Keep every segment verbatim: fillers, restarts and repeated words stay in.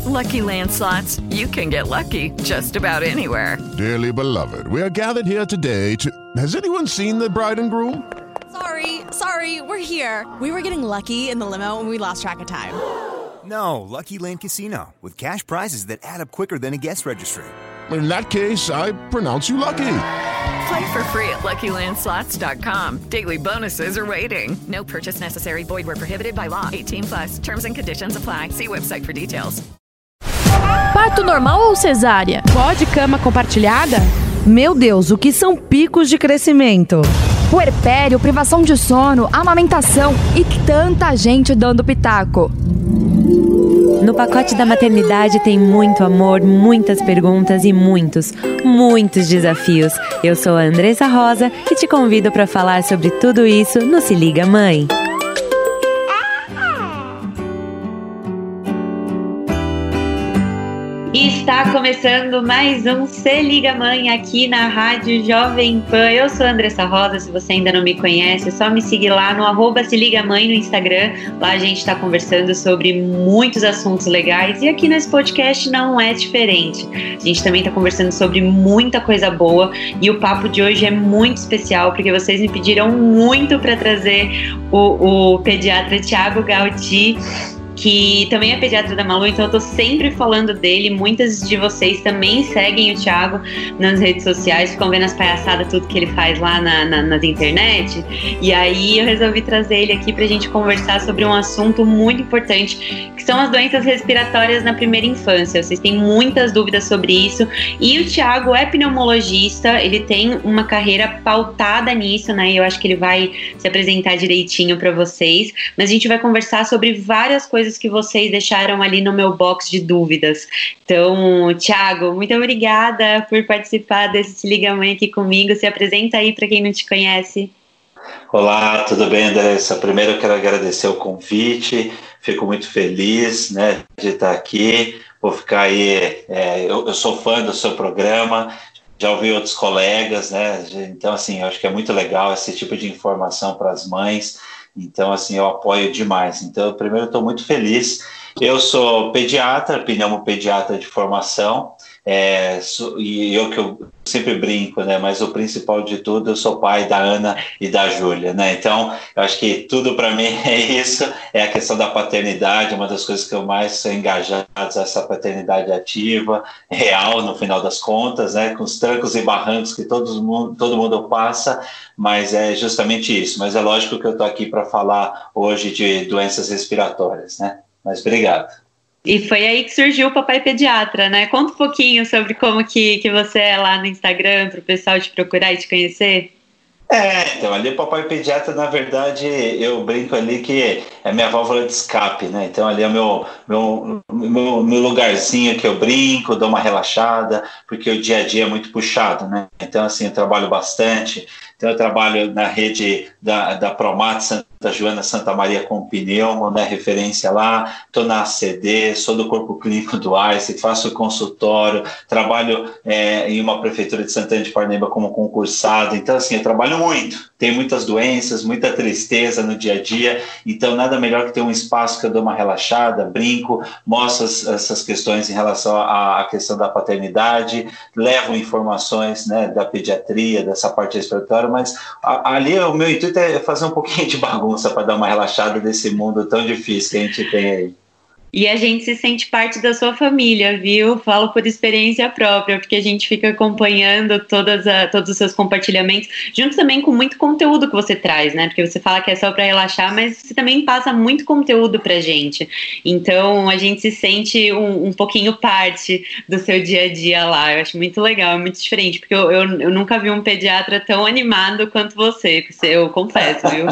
Lucky Land Slots, you can get lucky just about anywhere. Dearly beloved, we are gathered here today to... Has anyone seen the bride and groom? Sorry, sorry, we're here. We were getting lucky in the limo and we lost track of time. No, Lucky Land Casino, with cash prizes that add up quicker than a guest registry. In that case, I pronounce you lucky. Play for free at Lucky Land Slots dot com. Daily bonuses are waiting. No purchase necessary. Void where prohibited by law. eighteen plus. Terms and conditions apply. See website for details. Parto normal ou cesárea? Pode cama compartilhada? Meu Deus, o que são picos de crescimento? Puerpério, privação de sono, amamentação e tanta gente dando pitaco. No pacote da maternidade tem muito amor, muitas perguntas e muitos, muitos desafios. Eu sou a Andressa Rosa e te convido para falar sobre tudo isso no Se Liga Mãe. E está começando mais um Se Liga Mãe aqui na Rádio Jovem Pan. Eu sou a Andressa Rosa, se você ainda não me conhece, é só me seguir lá no arroba Se Liga Mãe no Instagram. Lá a gente está conversando sobre muitos assuntos legais e aqui nesse podcast não é diferente. A gente também está conversando sobre muita coisa boa e o papo de hoje é muito especial porque vocês me pediram muito para trazer o, o pediatra Thiago Gauti, que também é pediatra da Malu, então eu tô sempre falando dele. Muitas de vocês também seguem o Thiago nas redes sociais, ficam vendo as palhaçadas, tudo que ele faz lá na, na, nas internet. E aí eu resolvi trazer ele aqui pra gente conversar sobre um assunto muito importante, que são as doenças respiratórias na primeira infância. Vocês têm muitas dúvidas sobre isso. E o Thiago é pneumologista, ele tem uma carreira pautada nisso, né? E eu acho que ele vai se apresentar direitinho pra vocês. Mas a gente vai conversar sobre várias coisas que vocês deixaram ali no meu box de dúvidas. Então, Thiago, muito obrigada por participar desse Se Liga Mãe aqui comigo. Se apresenta aí para quem não te conhece. Olá, tudo bem, Andressa? Primeiro eu quero agradecer o convite, fico muito feliz, né, de estar aqui. Vou ficar aí, é, eu, eu sou fã do seu programa, já ouvi outros colegas, né, então assim, eu acho que é muito legal esse tipo de informação para as mães. Então, assim, eu apoio demais. Então, primeiro, eu estou muito feliz. Eu sou pediatra, pneumopediatra de formação, é, sou, e eu que eu sempre brinco, né? Mas o principal de tudo, eu sou pai da Ana e da Júlia, né? Então, eu acho que tudo para mim é isso, é a questão da paternidade, uma das coisas que eu mais sou engajado, essa paternidade ativa, real, no final das contas, né? Com os trancos e barrancos que todo mundo, todo mundo passa, mas é justamente isso. Mas é lógico que eu estou aqui para falar hoje de doenças respiratórias, né? Mas obrigado. E foi aí que surgiu o Papai Pediatra, né? Conta um pouquinho sobre como que, que você é lá no Instagram, para o pessoal te procurar e te conhecer. É, então ali o Papai Pediatra, na verdade, eu brinco ali que é minha válvula de escape, né? Então ali é o meu, meu, meu, meu lugarzinho que eu brinco, dou uma relaxada, porque o dia a dia é muito puxado, né? Então assim, eu trabalho bastante. Então eu trabalho na rede da, da Promat Santa Joana Santa Maria com pneumo, né, referência lá, estou na A C D, sou do Corpo Clínico do AICE, faço consultório, trabalho é, em uma prefeitura de Santana de Parnaíba como concursado, então assim, eu trabalho muito, tenho muitas doenças, muita tristeza no dia a dia, então nada melhor que ter um espaço que eu dou uma relaxada, brinco, mostro as, essas questões em relação à, à questão da paternidade, levo informações, né, da pediatria, dessa parte respiratória, mas a, ali o meu intuito é fazer um pouquinho de bagunça para dar uma relaxada desse mundo tão difícil que a gente tem aí. E a gente se sente parte da sua família, viu? Falo por experiência própria, porque a gente fica acompanhando todas a, todos os seus compartilhamentos, junto também com muito conteúdo que você traz, né? Porque você fala que é só para relaxar, mas você também passa muito conteúdo pra gente. Então, a gente se sente um, um pouquinho parte do seu dia a dia lá. Eu acho muito legal, é muito diferente, porque eu, eu, eu nunca vi um pediatra tão animado quanto você, eu confesso, viu?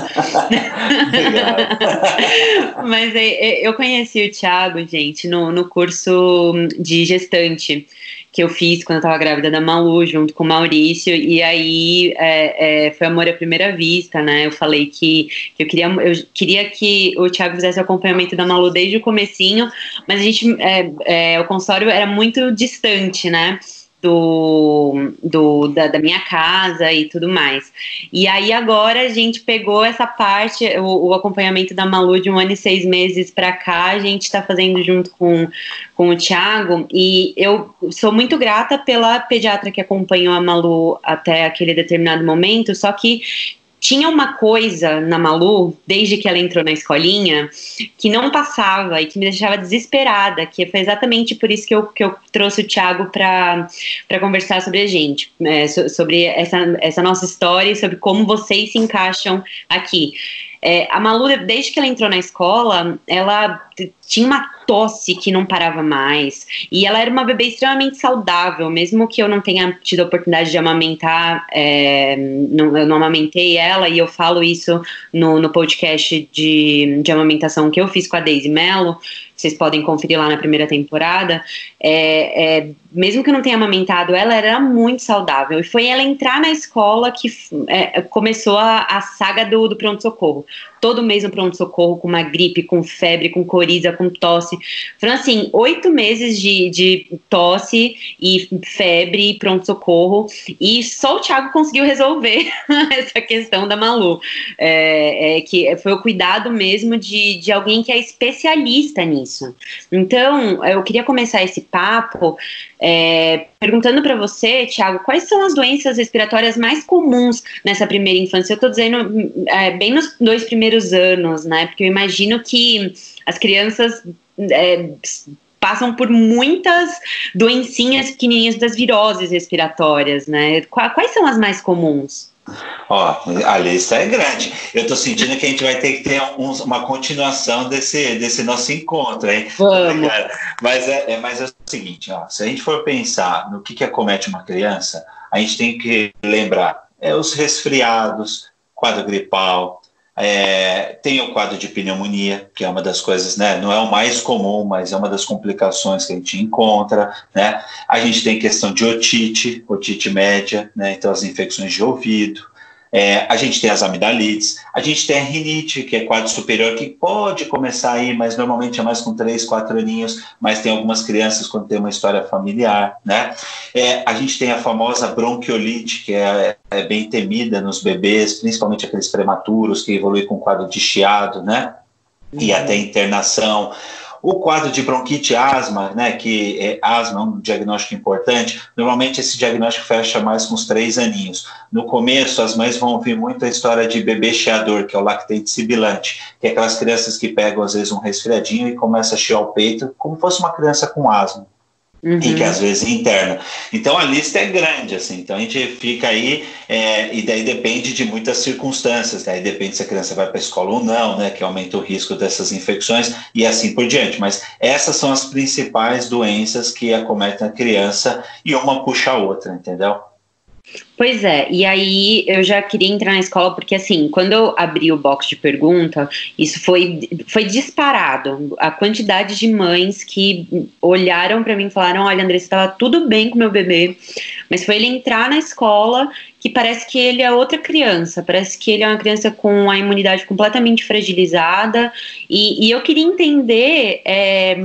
Mas eu conheci o Thiago, gente, no, no curso de gestante que eu fiz quando eu estava grávida da Malu, junto com o Maurício, e aí é, é, foi amor à primeira vista, né? Eu falei que, que eu, queria, eu queria que o Thiago fizesse o acompanhamento da Malu desde o comecinho, mas a gente, é, é, o consultório era muito distante, né? do, do da, da minha casa e tudo mais. E aí agora a gente pegou essa parte, o, o acompanhamento da Malu de um ano e seis meses para cá, a gente está fazendo junto com, com o Thiago, e eu sou muito grata pela pediatra que acompanhou a Malu até aquele determinado momento, só que tinha uma coisa na Malu, desde que ela entrou na escolinha, que não passava e que me deixava desesperada, que foi exatamente por isso que eu, que eu trouxe o Thiago para conversar sobre a gente, é, so, sobre essa, essa nossa história e sobre como vocês se encaixam aqui. É, a Malu, desde que ela entrou na escola, ela tinha uma tosse que não parava mais, e ela era uma bebê extremamente saudável, mesmo que eu não tenha tido a oportunidade de amamentar, é, não, eu não amamentei ela, e eu falo isso no, no podcast de, de amamentação que eu fiz com a Daisy Mello, vocês podem conferir lá na primeira temporada, é, é, mesmo que eu não tenha amamentado ela, ela era muito saudável, e foi ela entrar na escola que é, começou a, a saga do, do pronto-socorro. Todo mês no pronto-socorro, com uma gripe, com febre, com coriza, com tosse. Foram, assim, oito meses de, de tosse e febre e pronto-socorro. E só o Thiago conseguiu resolver essa questão da Malu. É, é, que foi o cuidado mesmo de, de alguém que é especialista nisso. Então, eu queria começar esse papo é, perguntando para você, Thiago, quais são as doenças respiratórias mais comuns nessa primeira infância? Eu estou dizendo é, bem nos dois primeiros anos, né? Porque eu imagino que as crianças é, passam por muitas doencinhas pequenininhas das viroses respiratórias, né? Quais são as mais comuns? Ó, a lista é grande. Eu tô sentindo que a gente vai ter que ter um, uma continuação desse, desse nosso encontro, hein? Vamos. Mas é, é, mas é o seguinte, ó, se a gente for pensar no que, que acomete uma criança, a gente tem que lembrar é, os resfriados, quadro gripal, é, tem o quadro de pneumonia, que é uma das coisas, né? Não é o mais comum, mas é uma das complicações que a gente encontra, né? A gente tem questão de otite, otite média, né? Então as infecções de ouvido. É, a gente tem as amidalites, a gente tem a rinite, que é quadro superior, que pode começar aí, mas normalmente é mais com três, quatro aninhos, mas tem algumas crianças quando tem uma história familiar, né? É, a gente tem a famosa bronquiolite, que é, é bem temida nos bebês, principalmente aqueles prematuros que evoluem com quadro de chiado, né? E uhum. até internação. O quadro de bronquite e asma, né, que é, asma é um diagnóstico importante, normalmente esse diagnóstico fecha mais com uns três aninhos. No começo, as mães vão ouvir muito a história de bebê chiador, que é o lactente sibilante, que é aquelas crianças que pegam, às vezes, um resfriadinho e começam a chiar o peito, como fosse uma criança com asma. Uhum. E que às vezes interna. Então a lista é grande, assim, então a gente fica aí, é, e daí depende de muitas circunstâncias, daí depende se a criança vai para a escola ou não, né, que aumenta o risco dessas infecções e assim por diante, mas essas são as principais doenças que acometem a criança e uma puxa a outra, entendeu? Pois é, e aí eu já queria entrar na escola porque, assim, quando eu abri o box de pergunta, isso foi, foi disparado. A quantidade de mães que olharam para mim e falaram: olha, Andressa, estava tudo bem com meu bebê, mas foi ele entrar na escola que parece que ele é outra criança, parece que ele é uma criança com a imunidade completamente fragilizada, e, e eu queria entender é,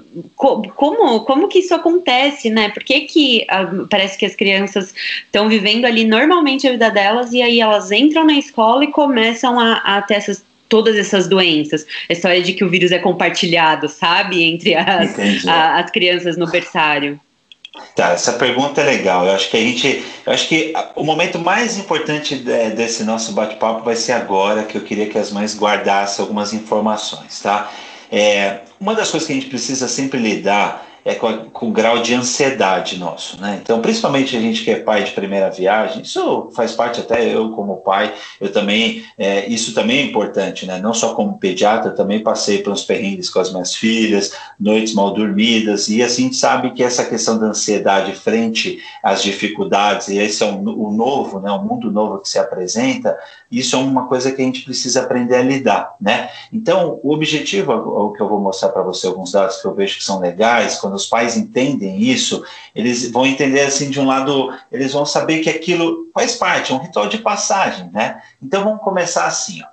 co- como, como que isso acontece, né? Por que que uh, parece que as crianças estão vivendo ali normalmente a vida delas, e aí elas entram na escola e começam a, a ter essas, todas essas doenças. A história de que o vírus é compartilhado, sabe? Entre as, a, as crianças no berçário. Tá, essa pergunta é legal. Eu acho que a gente, eu acho que o momento mais importante de, desse nosso bate-papo vai ser agora, que eu queria que as mães guardassem algumas informações, tá? É, uma das coisas que a gente precisa sempre lidar é com, a, com o grau de ansiedade nosso, né? Então, principalmente a gente que é pai de primeira viagem, isso faz parte, até eu como pai, eu também, é, isso também é importante, né? Não só como pediatra, eu também passei por uns perrengues com as minhas filhas, noites mal dormidas, e assim a gente sabe que essa questão da ansiedade frente às dificuldades, e esse é o, o novo, né? O mundo novo que se apresenta, isso é uma coisa que a gente precisa aprender a lidar, né? Então, o objetivo, o que eu vou mostrar para você, alguns dados que eu vejo que são legais, quando os pais entendem isso, eles vão entender assim, de um lado, eles vão saber que aquilo faz parte, é um ritual de passagem, né? Então vamos começar assim, ó.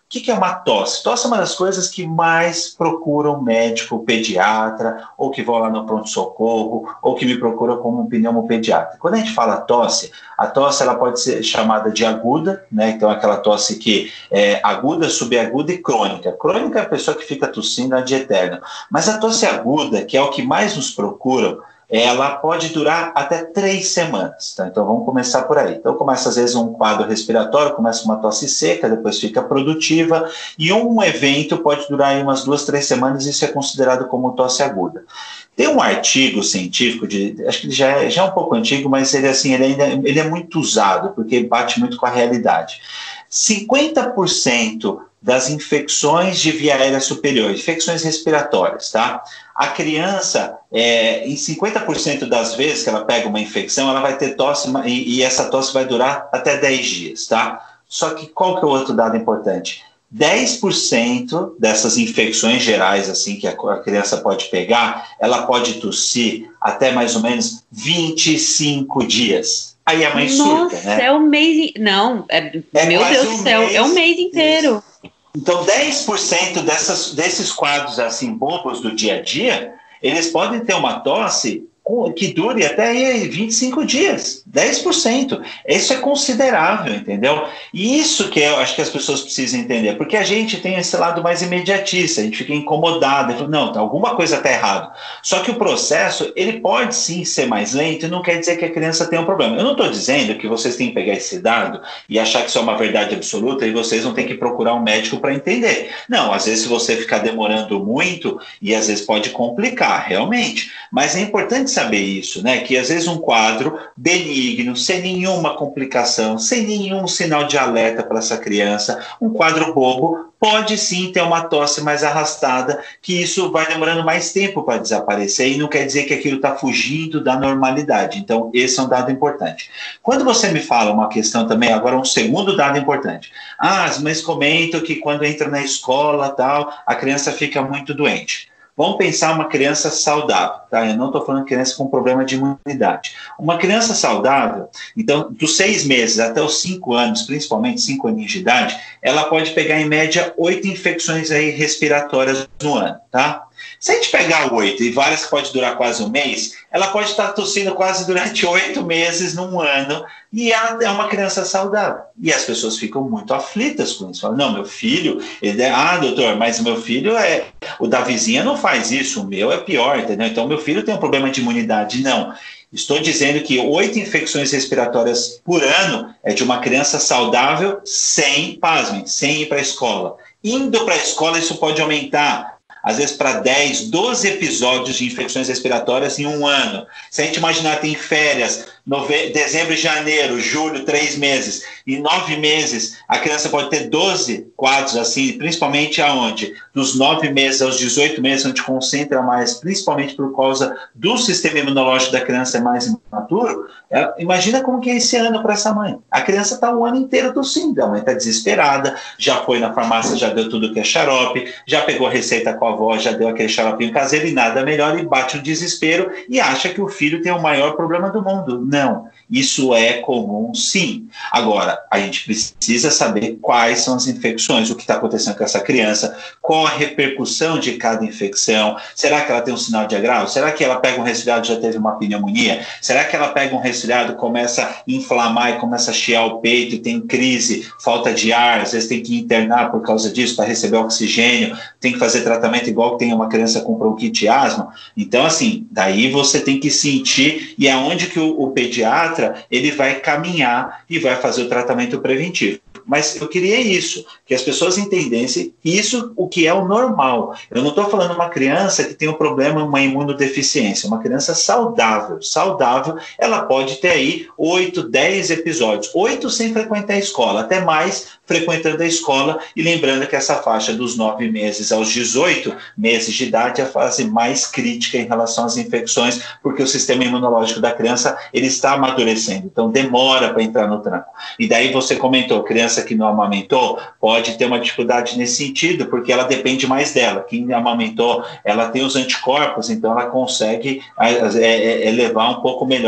O que, que é uma tosse? Tosse é uma das coisas que mais procuram um médico pediatra, ou que vão lá no pronto-socorro, ou que me procuram como um pneumopediatra. Quando a gente fala tosse, a tosse ela pode ser chamada de aguda, né? Então aquela tosse que é aguda, subaguda e crônica. Crônica é a pessoa que fica tossindo ad eterno. Mas a tosse aguda, que é o que mais nos procuram, ela pode durar até três semanas, tá? Então vamos começar por aí. Então começa às vezes um quadro respiratório, começa uma tosse seca, depois fica produtiva, e um evento pode durar aí umas duas, três semanas, e isso é considerado como tosse aguda. Tem um artigo científico, de, acho que ele já é, já é um pouco antigo, mas ele, assim, ele, ainda, ele é muito usado, porque bate muito com a realidade. cinquenta por cento das infecções de via aérea superior, infecções respiratórias, tá? A criança, é, em cinquenta por cento das vezes que ela pega uma infecção, ela vai ter tosse, e, e essa tosse vai durar até dez dias, tá? Só que qual que é o outro dado importante? dez por cento dessas infecções gerais, assim, que a, a criança pode pegar, ela pode tossir até mais ou menos vinte e cinco dias. Aí a mãe surta, né? Nossa, é um mês... Não, é, é meu Deus do um céu, mês, é um mês inteiro. Isso. Então, dez por cento dessas, desses quadros, assim, bobos do dia a dia, eles podem ter uma tosse que dure até vinte e cinco dias, dez por cento. Isso é considerável, entendeu? E isso que eu acho que as pessoas precisam entender, porque a gente tem esse lado mais imediatista, a gente fica incomodado, fala, não, alguma coisa está errado. Só que o processo, ele pode sim ser mais lento e não quer dizer que a criança tem um problema. Eu não estou dizendo que vocês têm que pegar esse dado e achar que isso é uma verdade absoluta e vocês não têm que procurar um médico para entender. Não, às vezes se você ficar demorando muito, e às vezes pode complicar, realmente. Mas é importante saber isso, né? Que às vezes um quadro benigno, sem nenhuma complicação, sem nenhum sinal de alerta para essa criança, um quadro bobo, pode sim ter uma tosse mais arrastada, que isso vai demorando mais tempo para desaparecer e não quer dizer que aquilo está fugindo da normalidade. Então, esse é um dado importante. Quando você me fala uma questão também, agora um segundo dado importante. Ah, as mães comentam que quando entra na escola, tal, a criança fica muito doente. Vamos pensar uma criança saudável, tá? Eu não estou falando de criança com problema de imunidade. Uma criança saudável, então, dos seis meses até os cinco anos, principalmente cinco aninhos de idade, ela pode pegar em média oito infecções aí respiratórias no ano, tá? Se a gente pegar oito e várias que pode durar quase um mês, ela pode estar tossindo quase durante oito meses num ano, e ela é uma criança saudável. E as pessoas ficam muito aflitas com isso. Falam, não, meu filho, ele é, ah, doutor, mas meu filho é, o da vizinha não faz isso, o meu é pior, entendeu? Então meu filho tem um problema de imunidade. Não. Estou dizendo que oito infecções respiratórias por ano é de uma criança saudável sem, pasmem, sem ir para a escola. Indo para a escola, isso pode aumentar, às vezes para dez, doze episódios de infecções respiratórias em um ano. Se a gente imaginar, tem férias, nove... dezembro e janeiro, julho, três meses, e nove meses, a criança pode ter doze quadros assim, principalmente aonde? Dos nove meses aos dezoito meses, onde concentra mais, principalmente por causa do sistema imunológico da criança é mais imaturo. É, imagina como que é esse ano para essa mãe. A criança está o ano inteiro tossindo, a mãe está desesperada, já foi na farmácia, já deu tudo que é xarope, já pegou a receita com a avó, já deu aquele xaropinho caseiro e nada melhor, e bate o desespero e acha que o filho tem o maior problema do mundo. Não, isso é comum sim. Agora, a gente precisa saber quais são as infecções, o que está acontecendo com essa criança, qual a repercussão de cada infecção. Será que ela tem um sinal de agravo? Será que ela pega um resfriado e já teve uma pneumonia? Será que ela pega um resfriado, começa a inflamar e começa a chiar o peito e tem crise, falta de ar, às vezes tem que internar por causa disso para receber oxigênio, tem que fazer tratamento igual que tem uma criança com bronquite e asma? Então, assim, daí você tem que sentir, e é onde que o, o pediatra, ele vai caminhar e vai fazer o tratamento preventivo. Mas eu queria isso, que as pessoas entendessem isso, o que é o normal. Eu não estou falando uma criança que tem um problema, uma imunodeficiência, uma criança saudável. Saudável, ela pode ter aí oito, dez episódios, oito sem frequentar a escola, até mais frequentando a escola, e lembrando que essa faixa dos nove meses aos dezoito meses de idade é a fase mais crítica em relação às infecções, porque o sistema imunológico da criança, ele está amadurecendo, então demora para entrar no tranco. E daí você comentou, criança que não amamentou pode ter uma dificuldade nesse sentido, porque ela depende mais dela. Quem amamentou, ela tem os anticorpos, então ela consegue é, é, levar um pouco melhor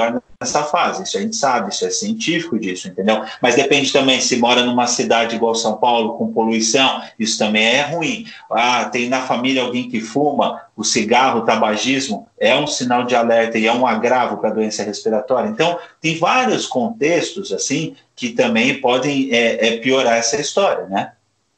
nessa fase, isso a gente sabe, isso é científico disso, entendeu? Mas depende também, se mora numa cidade igual São Paulo, com poluição, isso também é ruim. Ah, tem na família alguém que fuma, o cigarro, o tabagismo, é um sinal de alerta e é um agravo para a doença respiratória. Então, tem vários contextos, assim, que também podem é, é, piorar essa história, né?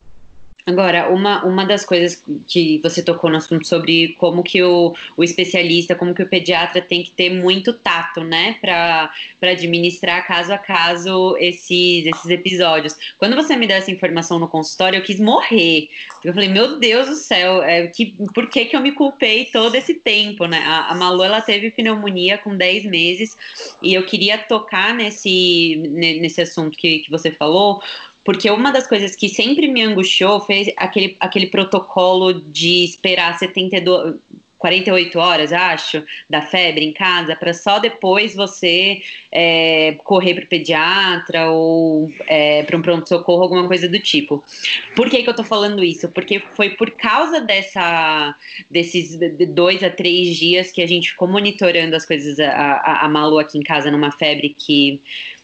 Agora, uma, uma das coisas que você tocou no assunto sobre como que o, o especialista, como que o pediatra tem que ter muito tato, né, para administrar caso a caso esses, esses episódios. Quando você me deu essa informação no consultório, eu quis morrer. Eu falei, meu Deus do céu, é, que, por que que eu me culpei todo esse tempo, né? A, a Malu, ela teve pneumonia com dez meses e eu queria tocar nesse, nesse assunto que, que você falou, porque uma das coisas que sempre me angustiou foi aquele, aquele protocolo de esperar setenta e duas, quarenta e oito horas, acho, da febre em casa, para só depois você é, correr para o pediatra ou é, para um pronto-socorro, alguma coisa do tipo. Por que que eu tô falando isso? Porque foi por causa dessa, desses dois a três dias que a gente ficou monitorando as coisas, a, a, a Malu aqui em casa numa febre que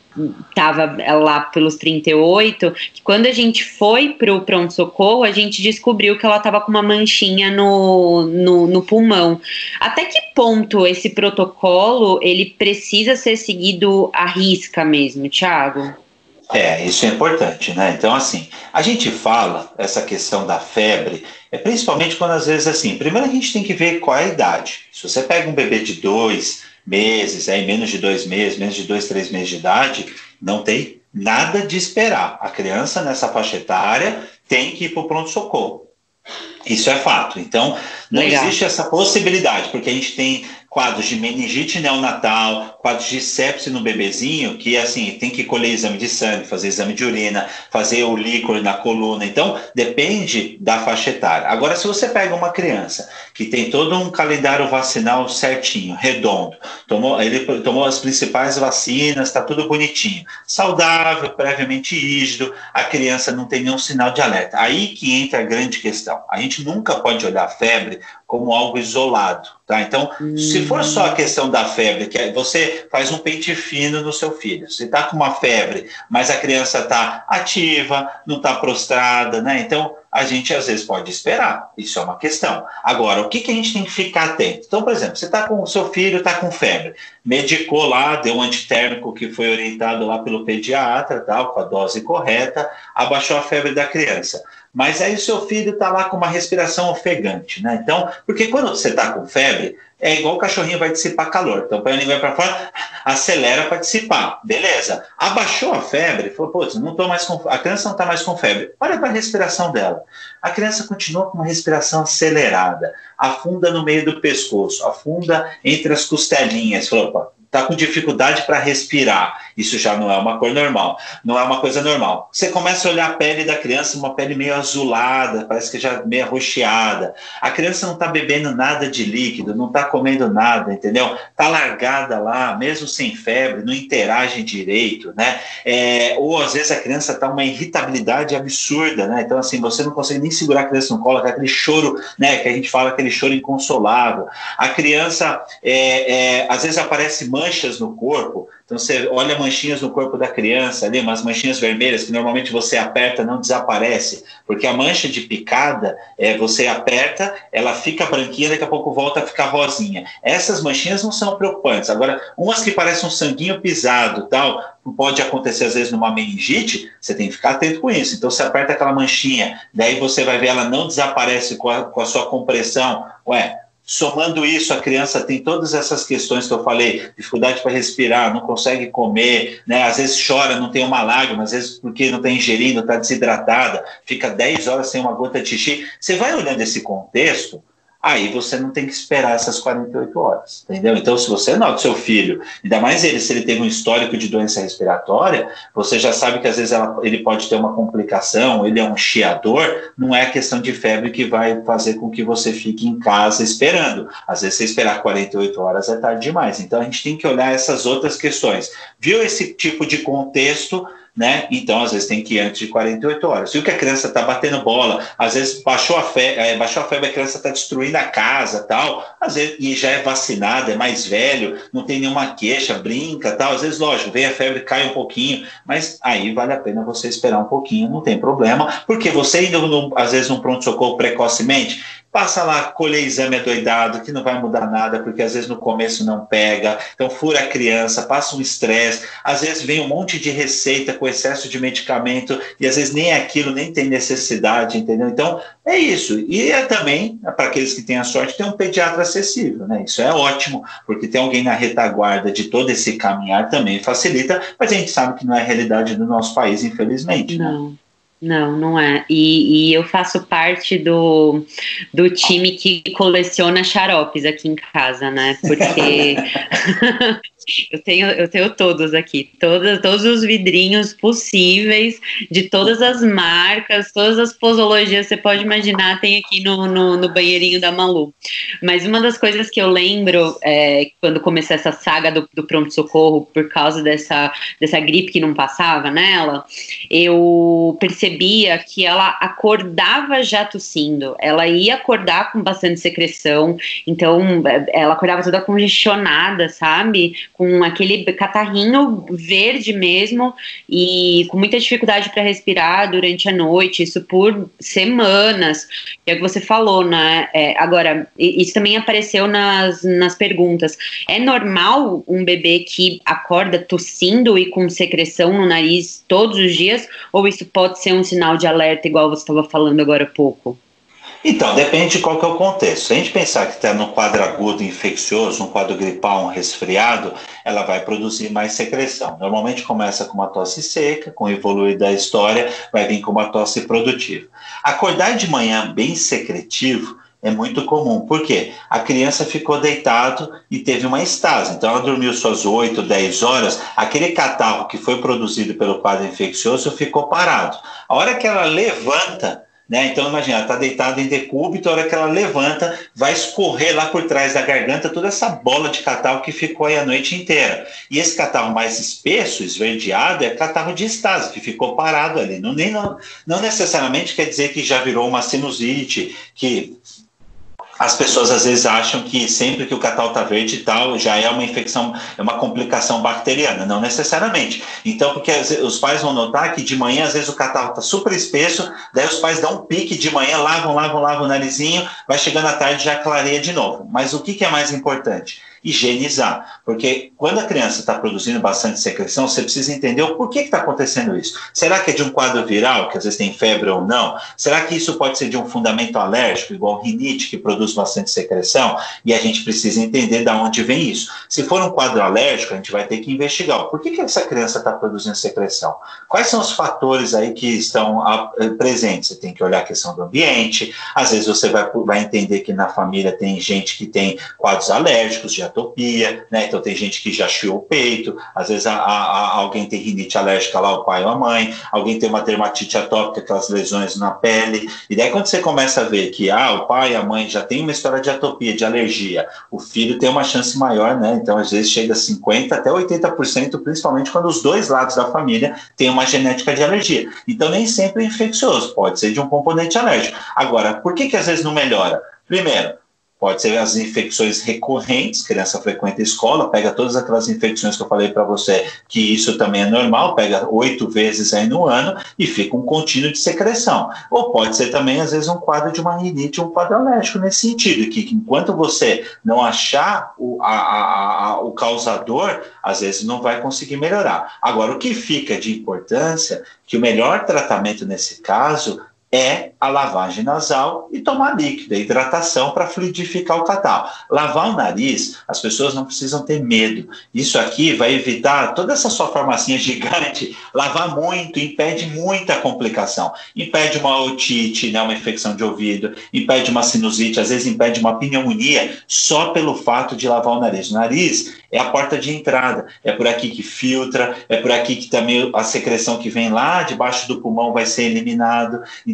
estava lá pelos trinta e oito, que quando a gente foi pro pronto-socorro, a gente descobriu que ela estava com uma manchinha no, no, no pulmão. Até que ponto esse protocolo, ele precisa ser seguido à risca mesmo, Thiago? É, isso é importante, né? Então, assim, a gente fala essa questão da febre, é principalmente quando às vezes, assim, primeiro a gente tem que ver qual é a idade. Se você pega um bebê de dois meses, aí menos de dois meses, menos de dois, três meses de idade, não tem nada de esperar. A criança nessa faixa etária tem que ir para o pronto-socorro. Isso é fato. Então, não Legal. existe essa possibilidade, porque a gente tem quadros de meningite neonatal, quadros de sepse no bebezinho, que assim, tem que colher exame de sangue, fazer exame de urina, fazer o líquor na coluna. Então, depende da faixa etária. Agora, se você pega uma criança que tem todo um calendário vacinal certinho, redondo, tomou, ele tomou as principais vacinas, está tudo bonitinho, saudável, previamente rígido, a criança não tem nenhum sinal de alerta. Aí que entra a grande questão. A gente nunca pode olhar a febre como algo isolado, tá? Então, hum. se for só a questão da febre, que você faz um pente fino no seu filho, você está com uma febre, mas a criança está ativa, não está prostrada, né? Então, a gente às vezes pode esperar, isso é uma questão. Agora, o que, que a gente tem que ficar atento? Então, por exemplo, você está com o seu filho, está com febre, medicou lá, deu um antitérmico que foi orientado lá pelo pediatra, tá, com a dose correta, abaixou a febre da criança. Mas aí o seu filho está lá com uma respiração ofegante, né? Então, porque quando você está com febre, é igual o cachorrinho vai dissipar calor. Então, põe a língua para fora, acelera para dissipar. Beleza. Abaixou a febre, falou, pô, não tô mais com... a criança não está mais com febre. Olha para a respiração dela. A criança continua com uma respiração acelerada, afunda no meio do pescoço, afunda entre as costelinhas. Falou, opa, está com dificuldade para respirar. Isso já não é uma coisa normal. Não é uma coisa normal. Você começa a olhar a pele da criança, uma pele meio azulada, parece que já meio arroxeada. A criança não está bebendo nada de líquido, não está comendo nada, entendeu? Está largada lá, mesmo sem febre, não interage direito, né? É, ou às vezes a criança está uma irritabilidade absurda, né? Então, assim, você não consegue nem segurar a criança no colo, aquele choro, né? Que a gente fala, aquele choro inconsolável. A criança, é, é, às vezes aparece manchas no corpo. Então você olha manchinhas no corpo da criança ali, umas manchinhas vermelhas que normalmente você aperta, não desaparece, porque a mancha de picada, é, você aperta, ela fica branquinha, daqui a pouco volta a ficar rosinha. Essas manchinhas não são preocupantes. Agora, umas que parecem um sanguinho pisado, tal, pode acontecer às vezes numa meningite, você tem que ficar atento com isso. Então você aperta aquela manchinha, daí você vai ver ela não desaparece com a, com a sua compressão. Ué, somando isso, a criança tem todas essas questões que eu falei, dificuldade para respirar, não consegue comer, né? Às vezes chora, não tem uma lágrima, às vezes porque não está ingerindo, está desidratada, fica dez horas sem uma gota de xixi. Você vai olhando esse contexto, aí você não tem que esperar essas quarenta e oito horas, entendeu? Então, se você nota o seu filho, ainda mais ele, se ele teve um histórico de doença respiratória, você já sabe que às vezes ela, ele pode ter uma complicação, ele é um chiador, não é questão de febre que vai fazer com que você fique em casa esperando. Às vezes, você esperar quarenta e oito horas é tarde demais. Então, a gente tem que olhar essas outras questões. Viu esse tipo de contexto, né? Então, às vezes, tem que ir antes de quarenta e oito horas. Viu que a criança está batendo bola, às vezes baixou a febre, é, baixou a febre, a criança está destruindo a casa, tal, às vezes, e já é vacinado, é mais velho, não tem nenhuma queixa, brinca, tal, às vezes, lógico, vem a febre, cai um pouquinho, mas aí vale a pena você esperar um pouquinho, não tem problema, porque você indo, no, às vezes, num pronto-socorro precocemente, passa lá, colher exame adoidado, que não vai mudar nada, porque às vezes no começo não pega, então fura a criança, passa um estresse, às vezes vem um monte de receita com excesso de medicamento, e às vezes nem aquilo, nem tem necessidade, entendeu? Então, é isso. E é também, para aqueles que têm a sorte, ter um pediatra acessível, né? Isso é ótimo, porque tem alguém na retaguarda de todo esse caminhar também facilita, mas a gente sabe que não é a realidade do nosso país, infelizmente. Não. Né? Não, não é. E, e eu faço parte do, do time que coleciona xaropes aqui em casa, né? Porque eu, tenho, eu tenho todos aqui, todos, todos os vidrinhos possíveis, de todas as marcas, todas as posologias que você pode imaginar, tem aqui no, no, no banheirinho da Malu. Mas uma das coisas que eu lembro, é, quando começou essa saga do, do pronto-socorro, por causa dessa, dessa gripe que não passava nela, eu percebi que ela acordava já tossindo, ela ia acordar com bastante secreção, então ela acordava toda congestionada, sabe, com aquele catarrinho verde mesmo, e com muita dificuldade para respirar durante a noite, isso por semanas, é o que você falou, né, é, agora, isso também apareceu nas, nas perguntas, é normal um bebê que acorda tossindo e com secreção no nariz todos os dias, ou isso pode ser um um sinal de alerta, igual você estava falando agora há pouco? Então, depende de qual que é o contexto. Se a gente pensar que está num quadro agudo infeccioso, um quadro gripal, um resfriado, ela vai produzir mais secreção. Normalmente começa com uma tosse seca, com o evoluir da história, vai vir com uma tosse produtiva. Acordar de manhã bem secretivo é muito comum. Por quê? A criança ficou deitado e teve uma estase. Então, ela dormiu suas oito, dez horas, aquele catarro que foi produzido pelo quadro infeccioso ficou parado. A hora que ela levanta, né? Então, imagina, ela está deitada em decúbito, a hora que ela levanta, vai escorrer lá por trás da garganta toda essa bola de catarro que ficou aí a noite inteira. E esse catarro mais espesso, esverdeado, é catarro de estase, que ficou parado ali. Não, nem, não, não necessariamente quer dizer que já virou uma sinusite, que... As pessoas às vezes acham que sempre que o catarro está verde e tal, já é uma infecção, é uma complicação bacteriana, não necessariamente. Então, porque os pais vão notar que de manhã, às vezes o catarro está super espesso, daí os pais dão um pique de manhã, lavam, lavam, lavam o narizinho, vai chegando à tarde e já clareia de novo. Mas o que, que é mais importante? Higienizar, porque quando a criança está produzindo bastante secreção, você precisa entender o porquê que está acontecendo isso. Será que é de um quadro viral, que às vezes tem febre ou não? Será que isso pode ser de um fundamento alérgico, igual rinite, que produz bastante secreção? E a gente precisa entender de onde vem isso. Se for um quadro alérgico, a gente vai ter que investigar. Por que que essa criança está produzindo secreção? Quais são os fatores aí que estão a, presentes? Você tem que olhar a questão do ambiente, às vezes você vai, vai entender que na família tem gente que tem quadros alérgicos, de atopia, né? Então tem gente que já chiou o peito, às vezes a, a, a, alguém tem rinite alérgica lá, o pai ou a mãe, alguém tem uma dermatite atópica, aquelas lesões na pele, e daí quando você começa a ver que ah, o pai e a mãe já tem uma história de atopia, de alergia, o filho tem uma chance maior, né? Então às vezes chega a cinquenta até oitenta por cento, principalmente quando os dois lados da família têm uma genética de alergia. Então nem sempre é infeccioso, pode ser de um componente alérgico. Agora, por que que às vezes não melhora? Primeiro, pode ser as infecções recorrentes, criança frequenta a escola, pega todas aquelas infecções que eu falei para você, que isso também é normal, pega oito vezes aí no ano e fica um contínuo de secreção. Ou pode ser também, às vezes, um quadro de uma rinite, um quadro alérgico nesse sentido, que enquanto você não achar o, a, a, a, o causador, às vezes não vai conseguir melhorar. Agora, o que fica de importância, que o melhor tratamento nesse caso é a lavagem nasal e tomar líquido, a hidratação para fluidificar o catarro. Lavar o nariz, as pessoas não precisam ter medo. Isso aqui vai evitar toda essa sua farmacinha gigante. Lavar muito impede muita complicação. Impede uma otite, né, uma infecção de ouvido, impede uma sinusite, às vezes impede uma pneumonia só pelo fato de lavar o nariz. O nariz é a porta de entrada, é por aqui que filtra, é por aqui que também a secreção que vem lá debaixo do pulmão vai ser eliminado. Então,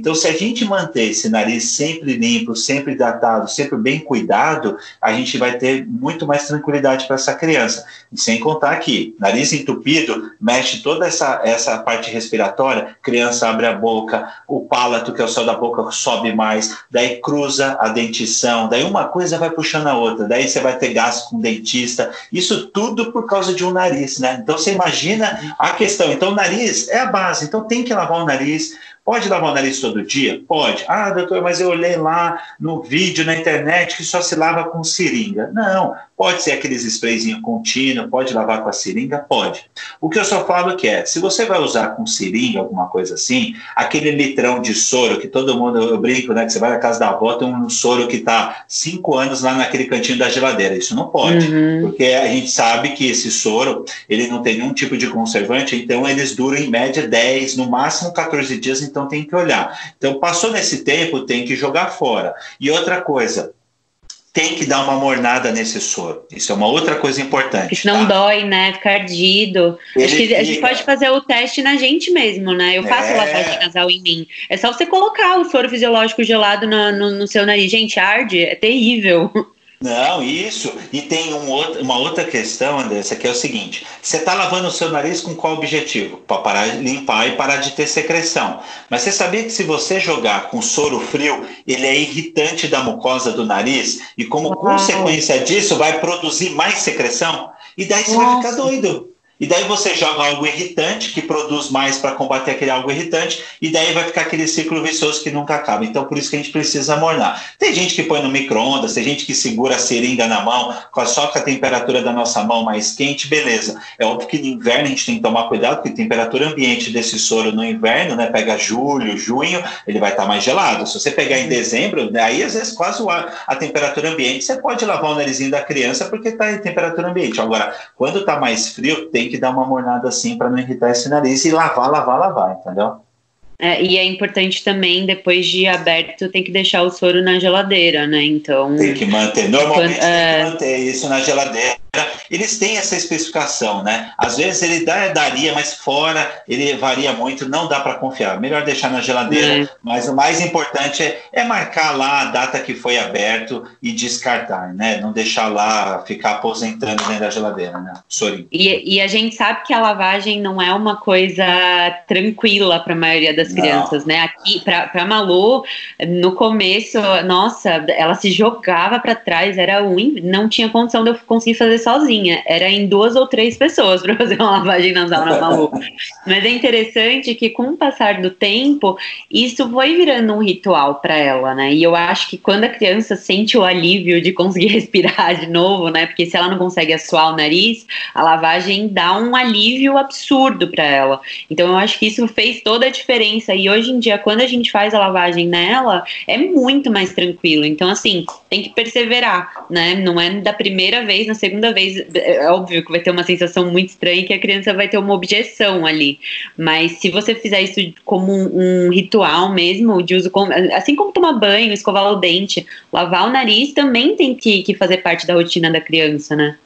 Então, se a gente manter esse nariz sempre limpo, sempre hidratado, sempre bem cuidado, a gente vai ter muito mais tranquilidade para essa criança. E sem contar que nariz entupido mexe toda essa, essa parte respiratória, criança abre a boca, o palato, que é o céu da boca, sobe mais, daí cruza a dentição, daí uma coisa vai puxando a outra, daí você vai ter gasto com dentista, isso tudo por causa de um nariz, né? Então você imagina a questão. Então o nariz é a base, então tem que lavar o nariz. Pode lavar o nariz todo dia? Pode. Ah, doutor, mas eu olhei lá no vídeo, na internet, que só se lava com seringa. Não, pode ser aqueles sprayzinho contínuo, pode lavar com a seringa? Pode. O que eu só falo que é, se você vai usar com seringa, alguma coisa assim, aquele litrão de soro que todo mundo, eu brinco, né, que você vai na casa da avó, tem um soro que está cinco anos lá naquele cantinho da geladeira. Isso não pode, uhum. Porque a gente sabe que esse soro, ele não tem nenhum tipo de conservante, então eles duram em média dez, no máximo catorze dias, então tem que olhar. Então, passou nesse tempo, tem que jogar fora. E outra coisa, tem que dar uma mornada nesse soro. Isso é uma outra coisa importante. Porque senão tá? Dói, né? Fica ardido. Ele Acho que fica... a gente pode fazer o teste na gente mesmo, né? Eu faço é... lavagem nasal em mim. É só você colocar o soro fisiológico gelado no, no, no seu nariz. Gente, arde, é terrível. Não, isso. E tem um outro, uma outra questão, Andressa, que é o seguinte: você está lavando o seu nariz com qual objetivo? Para parar de limpar e parar de ter secreção. Mas você sabia que se você jogar com soro frio, ele é irritante da mucosa do nariz e como Uau. consequência disso vai produzir mais secreção? E daí você Nossa. vai ficar doido. E daí você joga algo irritante, que produz mais para combater aquele algo irritante, e daí vai ficar aquele ciclo vicioso que nunca acaba. Então, por isso que a gente precisa mornar. Tem gente que põe no micro-ondas, tem gente que segura a seringa na mão, só com a temperatura da nossa mão mais quente, beleza. É óbvio que no inverno a gente tem que tomar cuidado, porque a temperatura ambiente desse soro no inverno, né, pega julho, junho, ele vai estar mais gelado. Se você pegar em dezembro, aí às vezes quase a, a temperatura ambiente, você pode lavar o narizinho da criança, porque está em temperatura ambiente. Agora, quando está mais frio, tem que dar uma mornada assim para não irritar esse nariz e lavar, lavar, lavar, entendeu? É, e é importante também, depois de aberto, tem que deixar o soro na geladeira, né? Então... Tem que manter, normalmente quando, é... tem que manter isso na geladeira. Eles têm essa especificação, né? Às vezes ele dá, daria, mas fora ele varia muito, não dá para confiar. Melhor deixar na geladeira, é. Mas o mais importante é, é marcar lá a data que foi aberto e descartar, né? Não deixar lá, ficar aposentando dentro da geladeira, né? Sorinho. E, e a gente sabe que a lavagem não é uma coisa tranquila para a maioria das crianças, não. Né? Aqui, para a Malu, no começo, nossa, ela se jogava para trás, era ruim, não tinha condição de eu conseguir fazer sozinha, era em duas ou três pessoas para fazer uma lavagem nasal na Malu. Mas é interessante que com o passar do tempo, isso foi virando um ritual para ela, né? E eu acho que quando a criança sente o alívio de conseguir respirar de novo, né? Porque se ela não consegue assoar o nariz, a lavagem dá um alívio absurdo para ela. Então eu acho que isso fez toda a diferença. E hoje em dia, quando a gente faz a lavagem nela, é muito mais tranquilo. Então, assim, tem que perseverar, né? Não é da primeira vez, na segunda vez, é óbvio que vai ter uma sensação muito estranha, que a criança vai ter uma objeção ali. Mas se você fizer isso como um, um ritual mesmo, de uso, como, assim como tomar banho, escovar o dente, lavar o nariz, também tem que, que fazer parte da rotina da criança, né?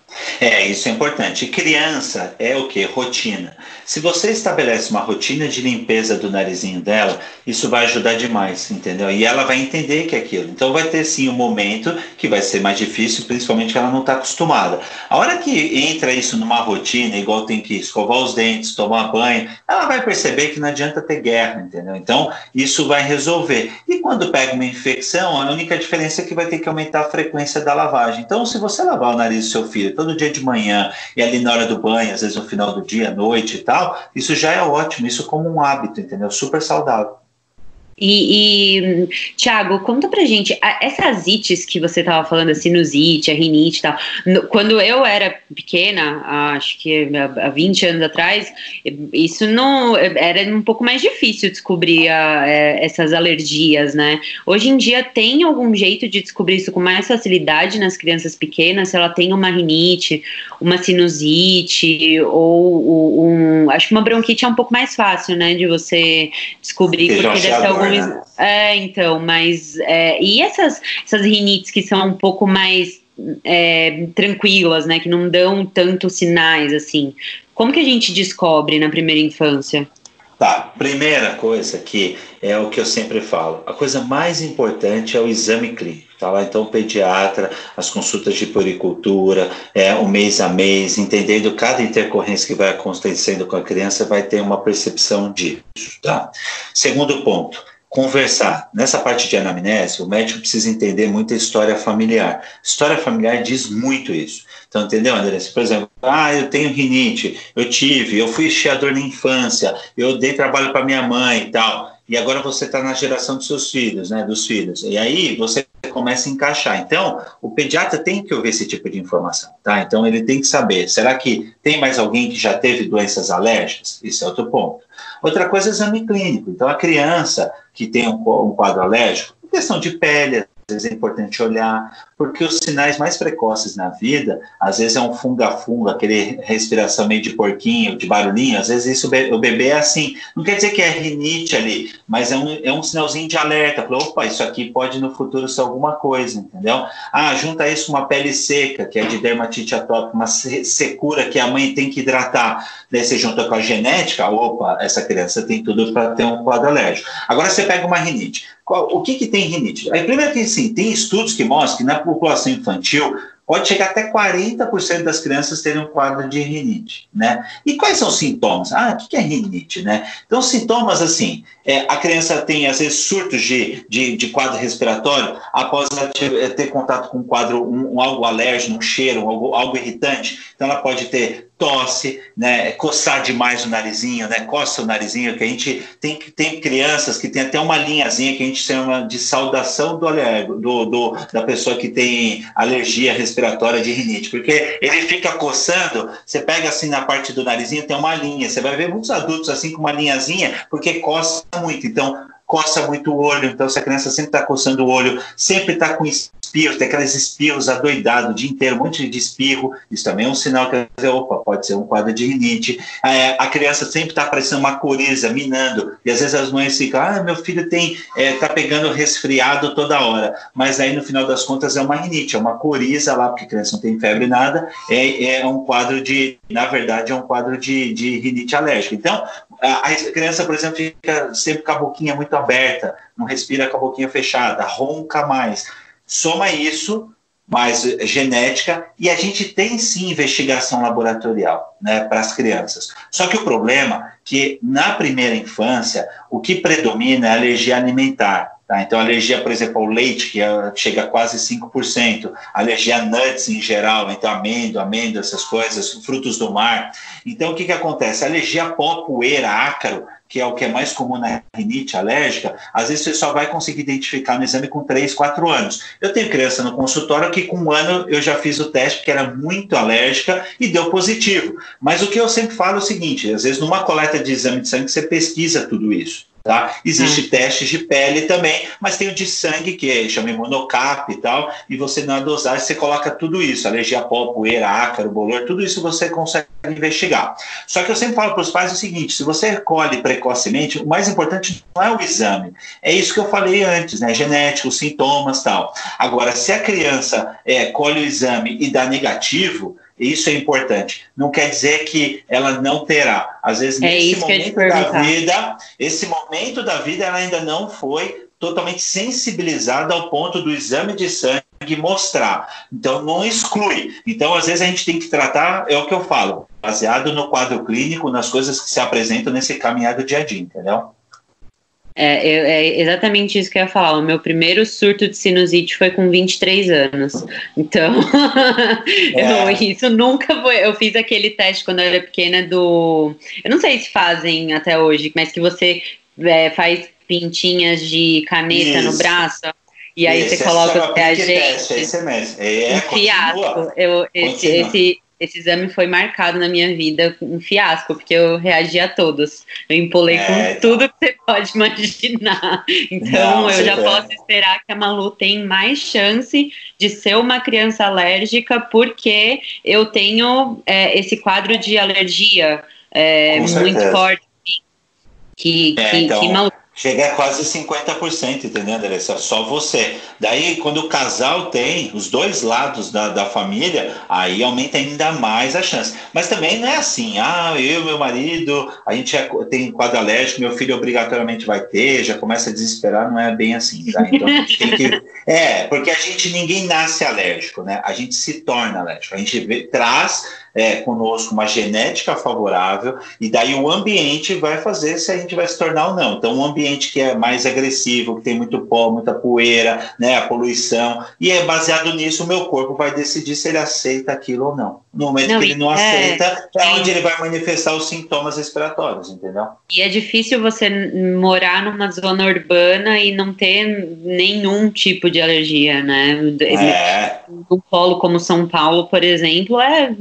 É, isso é importante. Criança é o que? Rotina. Se você estabelece uma rotina de limpeza do narizinho dela, isso vai ajudar demais, entendeu? E ela vai entender que é aquilo. Então vai ter sim um momento que vai ser mais difícil, principalmente que ela não está acostumada. A hora que entra isso numa rotina, igual tem que escovar os dentes, tomar banho, ela vai perceber que não adianta ter guerra, entendeu? Então isso vai resolver. E quando pega uma infecção, a única diferença é que vai ter que aumentar a frequência da lavagem. Então se você lavar o nariz do seu filho todo dia de manhã e ali na hora do banho, às vezes no final do dia, à noite e tal, isso já é ótimo, isso como um hábito, entendeu? Super saudável. E, e Thiago, conta pra gente, essas ites que você tava falando, a sinusite, a rinite e tal, no, quando eu era pequena, acho que há vinte anos atrás, isso não era um pouco mais difícil descobrir a, é, essas alergias, né? Hoje em dia tem algum jeito de descobrir isso com mais facilidade nas crianças pequenas, se ela tem uma rinite, uma sinusite, ou um, acho que uma bronquite é um pouco mais fácil, né, de você descobrir, porque deve ser algum. É, então, mas é, e essas, essas rinites que são um pouco mais é, tranquilas, né, que não dão tantos sinais, assim, como que a gente descobre na primeira infância? Tá, primeira coisa que é o que eu sempre falo, a coisa mais importante é o exame clínico, tá lá? Então o pediatra, as consultas de puericultura, é, o mês a mês, entendendo cada intercorrência que vai acontecendo com a criança, vai ter uma percepção disso, tá? Segundo ponto, conversar. Nessa parte de anamnese, o médico precisa entender muito a história familiar. História familiar diz muito isso. Então, entendeu, Andressa? Por exemplo, ah, eu tenho rinite, eu tive, eu fui chiador na infância, eu dei trabalho para minha mãe e tal, e agora você está na geração dos seus filhos, né, dos filhos, e aí você começa a encaixar. Então, o pediatra tem que ouvir esse tipo de informação, tá? Então, ele tem que saber, será que tem mais alguém que já teve doenças alérgicas? Esse é outro ponto. Outra coisa é exame clínico. Então, a criança que tem um, um quadro alérgico, questão de pele, às vezes é importante olhar, porque os sinais mais precoces na vida, às vezes é um funga-funga, aquele respiração meio de porquinho, de barulhinho, às vezes isso, o bebê é assim, não quer dizer que é rinite ali, mas é um, é um sinalzinho de alerta, fala, opa, isso aqui pode no futuro ser alguma coisa, entendeu? Ah, junta isso com uma pele seca, que é de dermatite atópica, uma secura que a mãe tem que hidratar, daí você junta com a genética, opa, essa criança tem tudo para ter um quadro alérgico. Agora você pega uma rinite. Qual, o que que tem rinite? Aí, primeiro que sim, tem estudos que mostram que na população infantil pode chegar até quarenta por cento das crianças terem um quadro de rinite, né? E quais são os sintomas? Ah, o que que é rinite, né? Então, sintomas assim, é, a criança tem, às vezes, surtos de, de, de quadro respiratório após ela ter, ter contato com um quadro, um, um algo alérgico, um cheiro, algo, algo irritante. Então, ela pode ter tosse, né, coçar demais o narizinho, né, coça o narizinho, que a gente tem, tem crianças que tem até uma linhazinha que a gente chama de saudação do, do, do, da pessoa que tem alergia respiratória de rinite, porque ele fica coçando, você pega assim na parte do narizinho, tem uma linha, você vai ver muitos adultos assim com uma linhazinha, porque coça muito, então coça muito o olho, então se a criança sempre está coçando o olho, sempre está com espirros, tem aqueles espirros adoidados o dia inteiro, um monte de espirro, isso também é um sinal que, opa, pode ser um quadro de rinite. É, a criança sempre está parecendo uma coriza, minando, e às vezes as mães ficam, ah, meu filho tem, é, tá pegando resfriado toda hora, mas aí no final das contas é uma rinite, é uma coriza lá, porque a criança não tem febre nada, é, é um quadro de, na verdade é um quadro de, de rinite alérgica. Então, a criança, por exemplo, fica sempre com a boquinha muito aberta, não respira com a boquinha fechada, ronca mais. Soma isso, mais genética, e a gente tem sim investigação laboratorial, né, para as crianças. Só que o problema é que na primeira infância, o que predomina é a alergia alimentar. Tá? Então, alergia, por exemplo, ao leite, que é, chega a quase cinco por cento, alergia a nuts em geral, então amêndoa, amêndoa, essas coisas, frutos do mar. Então, o que, que acontece? A alergia a pó, poeira, ácaro, que é o que é mais comum na rinite alérgica, às vezes você só vai conseguir identificar no exame com três, quatro anos. Eu tenho criança no consultório que com um ano eu já fiz o teste, porque era muito alérgica e deu positivo. Mas o que eu sempre falo é o seguinte, às vezes numa coleta de exame de sangue você pesquisa tudo isso. Tá? Existe hum. testes de pele também, mas tem o de sangue, que é, chama imunocap e tal, e você na dosagem você coloca tudo isso, alergia a pó, poeira, ácaro, bolor, tudo isso você consegue investigar. Só que eu sempre falo para os pais o seguinte, se você recolhe precocemente, o mais importante não é o exame, é isso que eu falei antes, né? Genético, sintomas e tal. Agora, se a criança é, colhe o exame e dá negativo, isso é importante. Não quer dizer que ela não terá. Às vezes, é nesse isso momento que eu da vida, esse momento da vida, ela ainda não foi totalmente sensibilizada ao ponto do exame de sangue mostrar. Então, não exclui. Então, às vezes, a gente tem que tratar, é o que eu falo, baseado no quadro clínico, nas coisas que se apresentam nesse caminhar do dia a dia, entendeu? É, é exatamente isso que eu ia falar. O meu primeiro surto de sinusite foi com vinte e três anos. Então, é. eu, isso nunca foi. Eu fiz aquele teste quando eu era pequena do. Eu não sei se fazem até hoje, mas que você é, faz pintinhas de caneta isso. no braço. E aí isso, você coloca o reagente. Esse mesmo. É, um fiasco. Eu, esse, esse, esse exame foi marcado na minha vida, um fiasco, porque eu reagi a todos. Eu empolei é, com então. tudo que você pode imaginar. Então, não, eu já é. posso esperar que a Malu tem mais chance de ser uma criança alérgica, porque eu tenho é, esse quadro de alergia é, muito forte. Que, é, que, então... que Malu Chega a quase cinquenta por cento, entendeu, Andressa? Só você. Daí, quando o casal tem os dois lados da, da família, aí aumenta ainda mais a chance. Mas também não é assim, ah, eu e meu marido, a gente é, tem quadro alérgico, meu filho obrigatoriamente vai ter, já começa a desesperar, não é bem assim, tá? Então a gente tem que... É, porque a gente, ninguém nasce alérgico, né? A gente se torna alérgico. A gente vê, traz... É, conosco uma genética favorável e daí o ambiente vai fazer se a gente vai se tornar ou não. Então um ambiente que é mais agressivo, que tem muito pó, muita poeira, né, a poluição, e é baseado nisso o meu corpo vai decidir se ele aceita aquilo ou não. No momento não, que ele não é, aceita, é onde ele vai manifestar os sintomas respiratórios, entendeu? E é difícil você morar numa zona urbana e não ter nenhum tipo de alergia, né? É. Um polo como São Paulo, por exemplo, é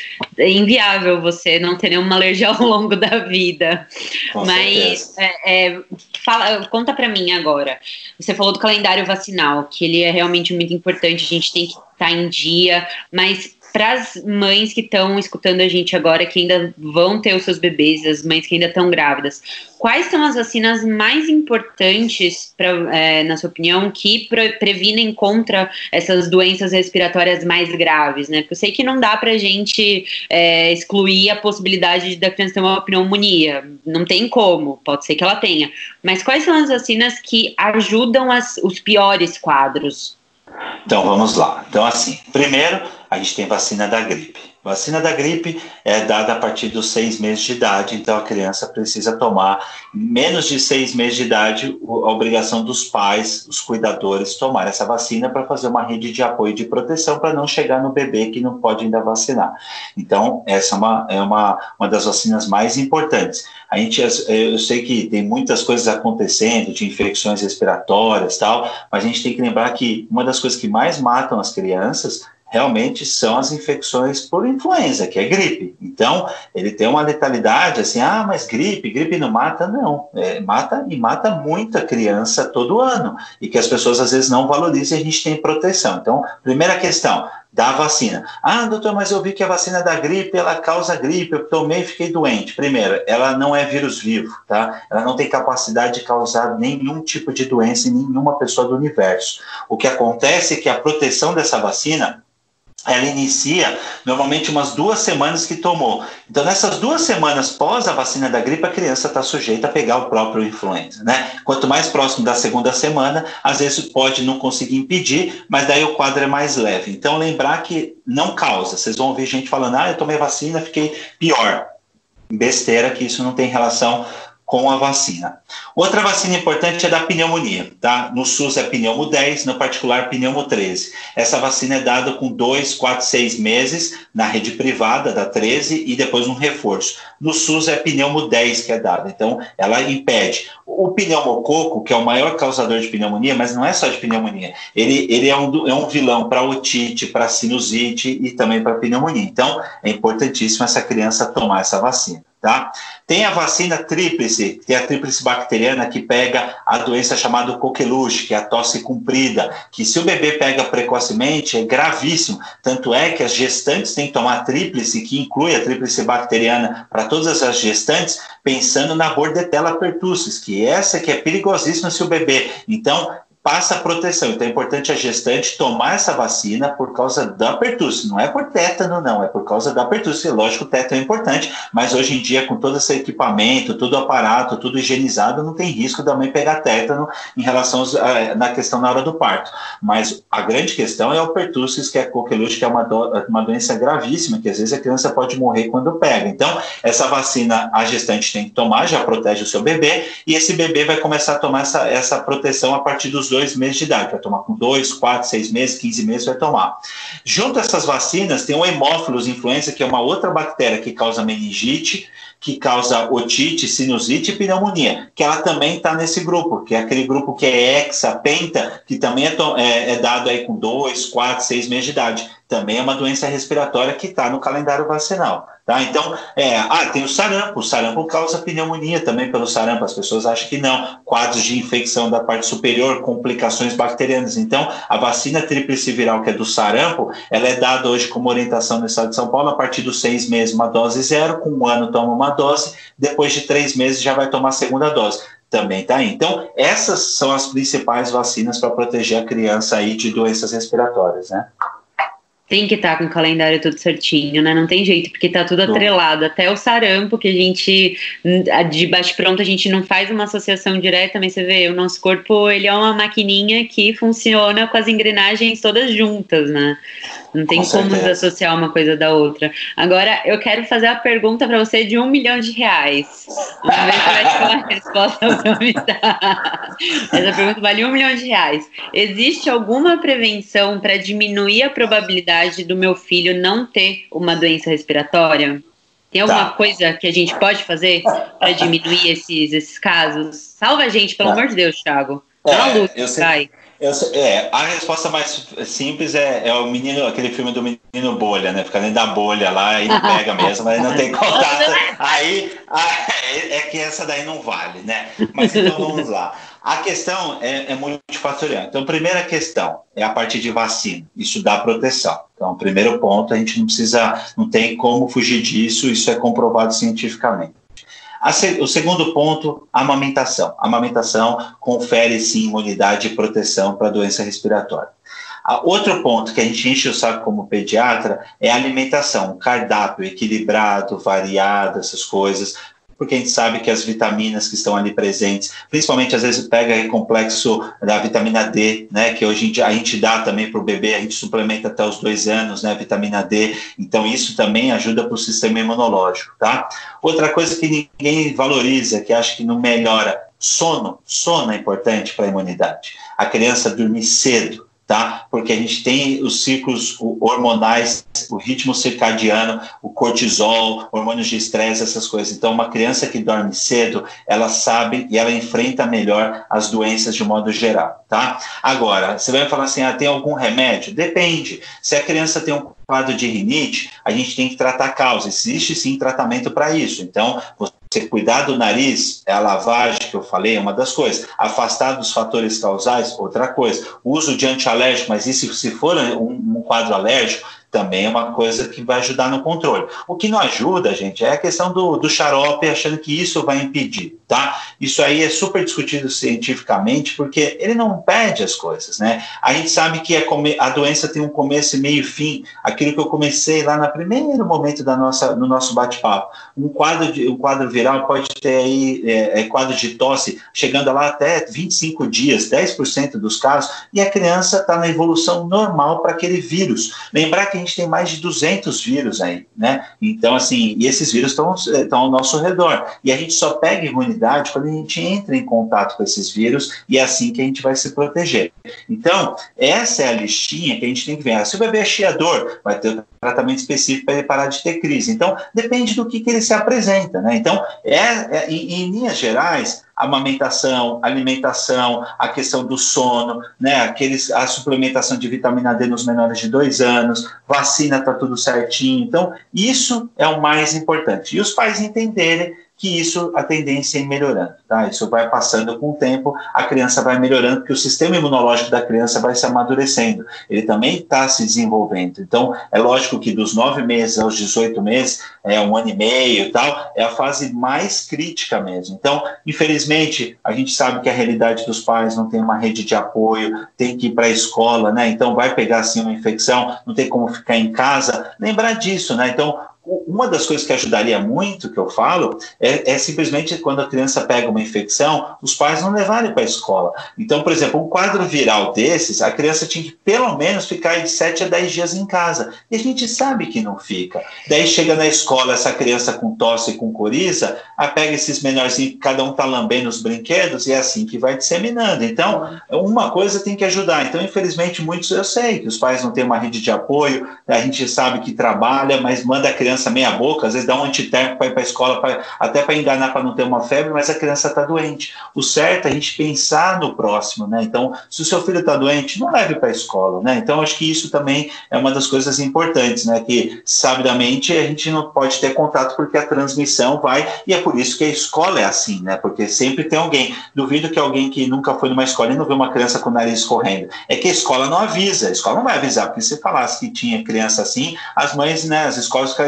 É inviável você não ter nenhuma alergia ao longo da vida. Com Mas é, é, fala, conta pra mim agora. Você falou do calendário vacinal, que ele é realmente muito importante, a gente tem que estar em dia, mas para as mães que estão escutando a gente agora, que ainda vão ter os seus bebês, as mães que ainda estão grávidas, quais são as vacinas mais importantes, pra, é, na sua opinião, que pre- previnem contra essas doenças respiratórias mais graves, né? Porque eu sei que não dá pra gente é, excluir a possibilidade da criança ter uma pneumonia, não tem como, pode ser que ela tenha, mas quais são as vacinas que ajudam as, os piores quadros? Então, vamos lá. Então, assim, primeiro, a gente tem vacina da gripe. Vacina da gripe é dada a partir dos seis meses de idade, então a criança precisa tomar, menos de seis meses de idade, a obrigação dos pais, os cuidadores, tomar essa vacina para fazer uma rede de apoio e de proteção para não chegar no bebê que não pode ainda vacinar. Então, essa é uma, é uma, uma das vacinas mais importantes. A gente, eu sei que tem muitas coisas acontecendo, de infecções respiratórias e tal, mas a gente tem que lembrar que uma das coisas que mais matam as crianças realmente são as infecções por influenza, que é gripe. Então, ele tem uma letalidade assim, ah, mas gripe, gripe não mata? Não, é, mata e mata muita criança todo ano, e que as pessoas às vezes não valorizam e a gente tem proteção. Então, primeira questão, da vacina. Ah, doutor, mas eu vi que a vacina da gripe, ela causa gripe, eu tomei e fiquei doente. Primeiro, ela não é vírus vivo, tá? Ela não tem capacidade de causar nenhum tipo de doença em nenhuma pessoa do universo. O que acontece é que a proteção dessa vacina, ela inicia normalmente umas duas semanas que tomou. Então, nessas duas semanas pós a vacina da gripe, a criança está sujeita a pegar o próprio influenza, né? Quanto mais próximo da segunda semana, às vezes pode não conseguir impedir, mas daí o quadro é mais leve. Então, lembrar que não causa. Vocês vão ouvir gente falando, ah, eu tomei vacina, fiquei pior. Besteira, que isso não tem relação com a vacina. Outra vacina importante é da pneumonia, tá? No SUS é pneumo dez, no particular pneumo treze. Essa vacina é dada com dois, quatro, seis meses na rede privada da treze e depois um reforço. No SUS é pneumo dez que é dada, então ela impede. O pneumococo, que é o maior causador de pneumonia, mas não é só de pneumonia, ele, ele é, um, é um vilão para otite, para sinusite e também para pneumonia. Então, é importantíssimo essa criança tomar essa vacina. Tá? Tem a vacina tríplice, que é a tríplice bacteriana, que pega a doença chamada coqueluche, que é a tosse comprida, que se o bebê pega precocemente é gravíssimo, tanto é que as gestantes têm que tomar a tríplice, que inclui a tríplice bacteriana para todas as gestantes, pensando na Bordetella pertussis, que essa que é perigosíssima se o bebê, então passa a proteção. Então é importante a gestante tomar essa vacina por causa da pertusse. Não é por tétano, não, é por causa da pertusse. Lógico, o tétano é importante, mas hoje em dia, com todo esse equipamento, todo o aparato, tudo higienizado, não tem risco da mãe pegar tétano em relação aos, a, na questão na hora do parto. Mas a grande questão é o pertussis, que é a coqueluche, que é uma, do, uma doença gravíssima, que às vezes a criança pode morrer quando pega. Então, essa vacina a gestante tem que tomar, já protege o seu bebê, e esse bebê vai começar a tomar essa, essa proteção a partir dos dois meses de idade, vai tomar com dois, quatro, seis meses, quinze meses, vai tomar. Junto a essas vacinas, tem o Haemophilus influenza, que é uma outra bactéria que causa meningite, que causa otite, sinusite e pneumonia, que ela também está nesse grupo, que é aquele grupo que é hexa, penta, que também é, é, é dado aí com dois, quatro, seis meses de idade. Também é uma doença respiratória que está no calendário vacinal. Tá? Então, é, ah, tem o sarampo. O sarampo causa pneumonia também pelo sarampo. As pessoas acham que não. Quadros de infecção da parte superior, complicações bacterianas. Então, a vacina tríplice viral, que é do sarampo, ela é dada hoje como orientação no estado de São Paulo, a partir dos seis meses, uma dose zero, com um ano toma uma dose, depois de três meses já vai tomar a segunda dose. também está aí. Então, essas são as principais vacinas para proteger a criança aí de doenças respiratórias, né? Tem que estar com o calendário tudo certinho, né? Não tem jeito, porque tá tudo atrelado. Até o sarampo, que a gente, de bate-pronto, a gente não faz uma associação direta, mas você vê, o nosso corpo, ele é uma maquininha que funciona com as engrenagens todas juntas, né? Não tem como desassociar uma coisa da outra. Agora, eu quero fazer a pergunta para você de um milhão de reais. Vamos ver se vai ter uma resposta para me dar. Essa pergunta vale um milhão de reais. Existe alguma prevenção para diminuir a probabilidade do meu filho não ter uma doença respiratória? Tem alguma tá. coisa que a gente pode fazer para diminuir esses, esses casos? Salva a gente, pelo tá. amor de Deus, Thiago. Dá uma luz, eu sei. vai. Eu, é, a resposta mais simples é, é o menino, aquele filme do menino bolha, né? Fica dentro da bolha lá e não pega mesmo, mas não tem contato. Aí, aí é que essa daí não vale, né? Mas então vamos lá. A questão é, é multifatorial. Então, a primeira questão é a parte de vacina. Isso dá proteção. Então, o primeiro ponto, a gente não precisa, não tem como fugir disso, isso é comprovado cientificamente. A se, o segundo ponto, a amamentação. A amamentação confere, sim, imunidade e proteção para a doença respiratória. A, outro ponto que a gente enche o saco como pediatra é a alimentação, um cardápio equilibrado, variado, essas coisas, porque a gente sabe que as vitaminas que estão ali presentes, principalmente às vezes pega aí complexo da vitamina D, né, que hoje a gente dá também para o bebê, a gente suplementa até os dois anos, né, vitamina D, então isso também ajuda para o sistema imunológico, tá? Outra coisa que ninguém valoriza, que acho que não melhora, sono, sono é importante para a imunidade, a criança dormir cedo, tá? Porque a gente tem os ciclos hormonais, o ritmo circadiano, o cortisol, hormônios de estresse, essas coisas. Então, uma criança que dorme cedo, ela sabe e ela enfrenta melhor as doenças de modo geral, tá? Agora, você vai falar assim, ah, tem algum remédio? Depende. Se a criança tem um quadro de rinite, a gente tem que tratar a causa. Existe, sim, tratamento para isso. Então, você cuidar do nariz, é a lavagem que eu falei, é uma das coisas. Afastar dos fatores causais, outra coisa. O uso de antialérgico, mas isso se for um, um quadro alérgico, também é uma coisa que vai ajudar no controle. O que não ajuda, gente, é a questão do, do xarope, achando que isso vai impedir, tá? Isso aí é super discutido cientificamente, porque ele não impede as coisas, né? A gente sabe que a, a doença tem um começo, meio e fim, aquilo que eu comecei lá no primeiro momento da nossa, no nosso bate-papo. Um quadro, de, um quadro viral pode ter aí, é, é, quadro de tosse, chegando lá até vinte e cinco dias, dez por cento dos casos, e a criança está na evolução normal para aquele vírus. Lembrar que a gente tem mais de duzentos vírus aí, né? Então, assim, e esses vírus estão ao nosso redor. E a gente só pega imunidade quando a gente entra em contato com esses vírus e é assim que a gente vai se proteger. Então, essa é a listinha que a gente tem que ver. Se o bebê é chiador, vai ter um tratamento específico para ele parar de ter crise. Então, depende do que, que ele se apresenta, né? Então, é, é, em, em linhas gerais, amamentação, alimentação, a questão do sono, né, aqueles, a suplementação de vitamina D nos menores de dois anos, vacina está tudo certinho. Então, isso é o mais importante. E os pais entenderem que isso, a tendência é ir melhorando, tá? Isso vai passando com o tempo, a criança vai melhorando, porque o sistema imunológico da criança vai se amadurecendo, ele também está se desenvolvendo. Então, é lógico que dos nove meses aos dezoito meses, é um ano e meio e tal, é a fase mais crítica mesmo. Então, infelizmente, a gente sabe que a realidade dos pais não tem uma rede de apoio, tem que ir para a escola, né? Então, vai pegar, assim, uma infecção, não tem como ficar em casa, lembrar disso, né? Então, uma das coisas que ajudaria muito, que eu falo, é, é simplesmente quando a criança pega uma infecção, os pais não levarem para a escola. Então, por exemplo, um quadro viral desses, a criança tinha que pelo menos ficar de sete a dez dias em casa. E a gente sabe que não fica. Daí chega na escola, essa criança com tosse e com coriza, a pega esses menorzinhos, cada um está lambendo os brinquedos, e é assim que vai disseminando. Então, uma coisa tem que ajudar. Então, infelizmente, muitos, eu sei que os pais não têm uma rede de apoio, a gente sabe que trabalha, mas manda a criança meia boca, às vezes dá um antitérmico para ir para a escola, pra, até para enganar, para não ter uma febre, mas a criança está doente. O certo é a gente pensar no próximo, né? Então, se o seu filho está doente, não leve para a escola, né? Então, acho que isso também é uma das coisas importantes, né? Que, sabidamente, a gente não pode ter contato porque a transmissão vai, e é por isso que a escola é assim, né? Porque sempre tem alguém. Duvido que alguém que nunca foi numa escola e não viu uma criança com o nariz correndo. É que a escola não avisa, a escola não vai avisar, porque se falasse que tinha criança assim, as mães, né, as escolas ficariam vazias.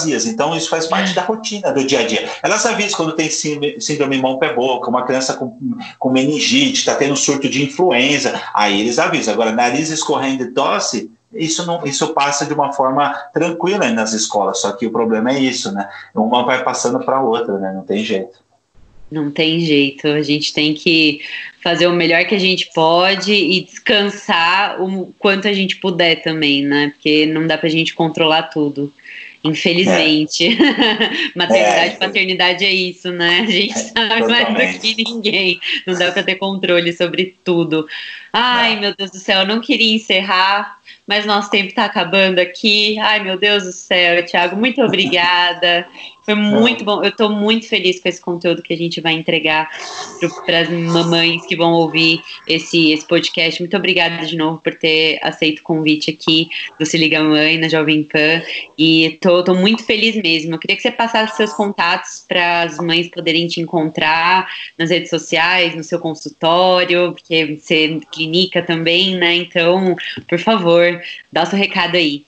vazias. Então, isso faz parte da rotina do dia a dia. Elas avisam quando tem síndrome mão-pé-boca, uma criança com, com meningite, está tendo surto de influenza, aí eles avisam. Agora, nariz escorrendo e tosse, isso, não, isso passa de uma forma tranquila nas escolas, só que o problema é isso, né? Uma vai passando para a outra, né? Não tem jeito. Não tem jeito, a gente tem que fazer o melhor que a gente pode e descansar o quanto a gente puder também, né? Porque não dá pra gente controlar tudo, infelizmente. É. Maternidade e é. paternidade é isso, né? A gente sabe Totalmente. mais do que ninguém, não dá pra ter controle sobre tudo. Ai, não. meu Deus do céu, eu não queria encerrar, mas nosso tempo tá acabando aqui. Ai, meu Deus do céu, Thiago, muito obrigada. Foi muito bom, eu estou muito feliz com esse conteúdo que a gente vai entregar para as mamães que vão ouvir esse, esse podcast. Muito obrigada de novo por ter aceito o convite aqui do Se Liga Mãe na Jovem Pan, e estou muito feliz mesmo. Eu queria que você passasse seus contatos para as mães poderem te encontrar nas redes sociais, no seu consultório, porque você clinica também, né? Então, por favor, dá o seu recado aí.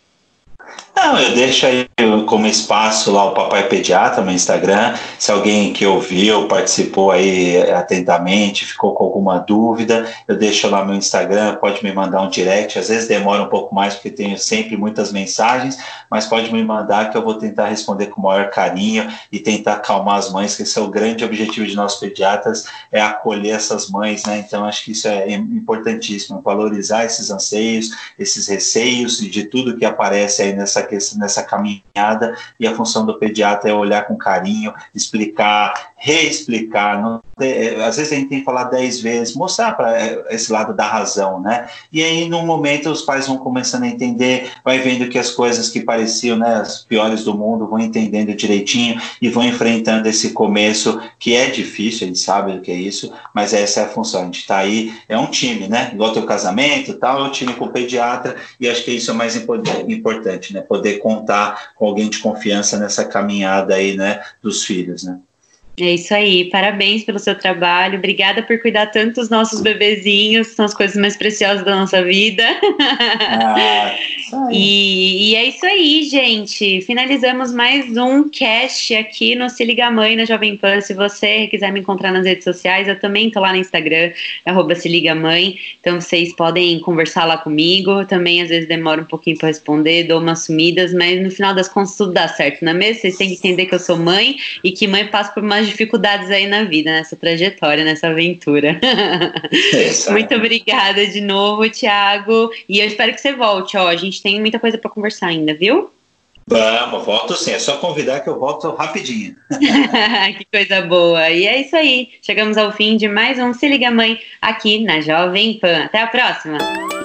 Não, eu deixo aí como espaço lá o Papai Pediatra no Instagram. Se alguém que ouviu, participou aí atentamente, ficou com alguma dúvida, eu deixo lá meu Instagram, pode me mandar um direct. Às vezes demora um pouco mais porque tenho sempre muitas mensagens, mas pode me mandar que eu vou tentar responder com o maior carinho e tentar acalmar as mães, que esse é o grande objetivo de nós pediatras, é acolher essas mães, né? Então acho que isso é importantíssimo, valorizar esses anseios, esses receios e de tudo que aparece aí nessa nessa caminhada, e a função do pediatra é olhar com carinho, explicar, reexplicar, não ter, às vezes a gente tem que falar dez vezes, mostrar para esse lado da razão, né? E aí, num momento, os pais vão começando a entender, vai vendo que as coisas que pareciam, né, as piores do mundo, vão entendendo direitinho e vão enfrentando esse começo, que é difícil, a gente sabe o que é isso, mas essa é a função, a gente tá aí, é um time, né? Igual teu casamento, tal, é um time com o pediatra, e acho que isso é o mais importante, né? Poder contar com alguém de confiança nessa caminhada aí, né, dos filhos, né? É isso aí, parabéns pelo seu trabalho, obrigada por cuidar tanto dos nossos bebezinhos, são as coisas mais preciosas da nossa vida. Ah, e, e é isso aí, gente, finalizamos mais um cast aqui no Se Liga Mãe na Jovem Pan. Se você quiser me encontrar nas redes sociais, eu também tô lá no Instagram, arroba Se Liga Mãe, então vocês podem conversar lá comigo, também às vezes demora um pouquinho para responder, dou umas sumidas, mas no final das contas tudo dá certo, não é mesmo? Vocês têm que entender que eu sou mãe e que mãe passa por umas dificuldades aí na vida, nessa trajetória, nessa aventura. É, muito obrigada de novo, Thiago, e eu espero que você volte, ó, a gente tem muita coisa para conversar ainda, viu? Vamos, volto sim, é só convidar que eu volto rapidinho. Que coisa boa, e é isso aí, chegamos ao fim de mais um Se Liga Mãe aqui na Jovem Pan. Até a próxima!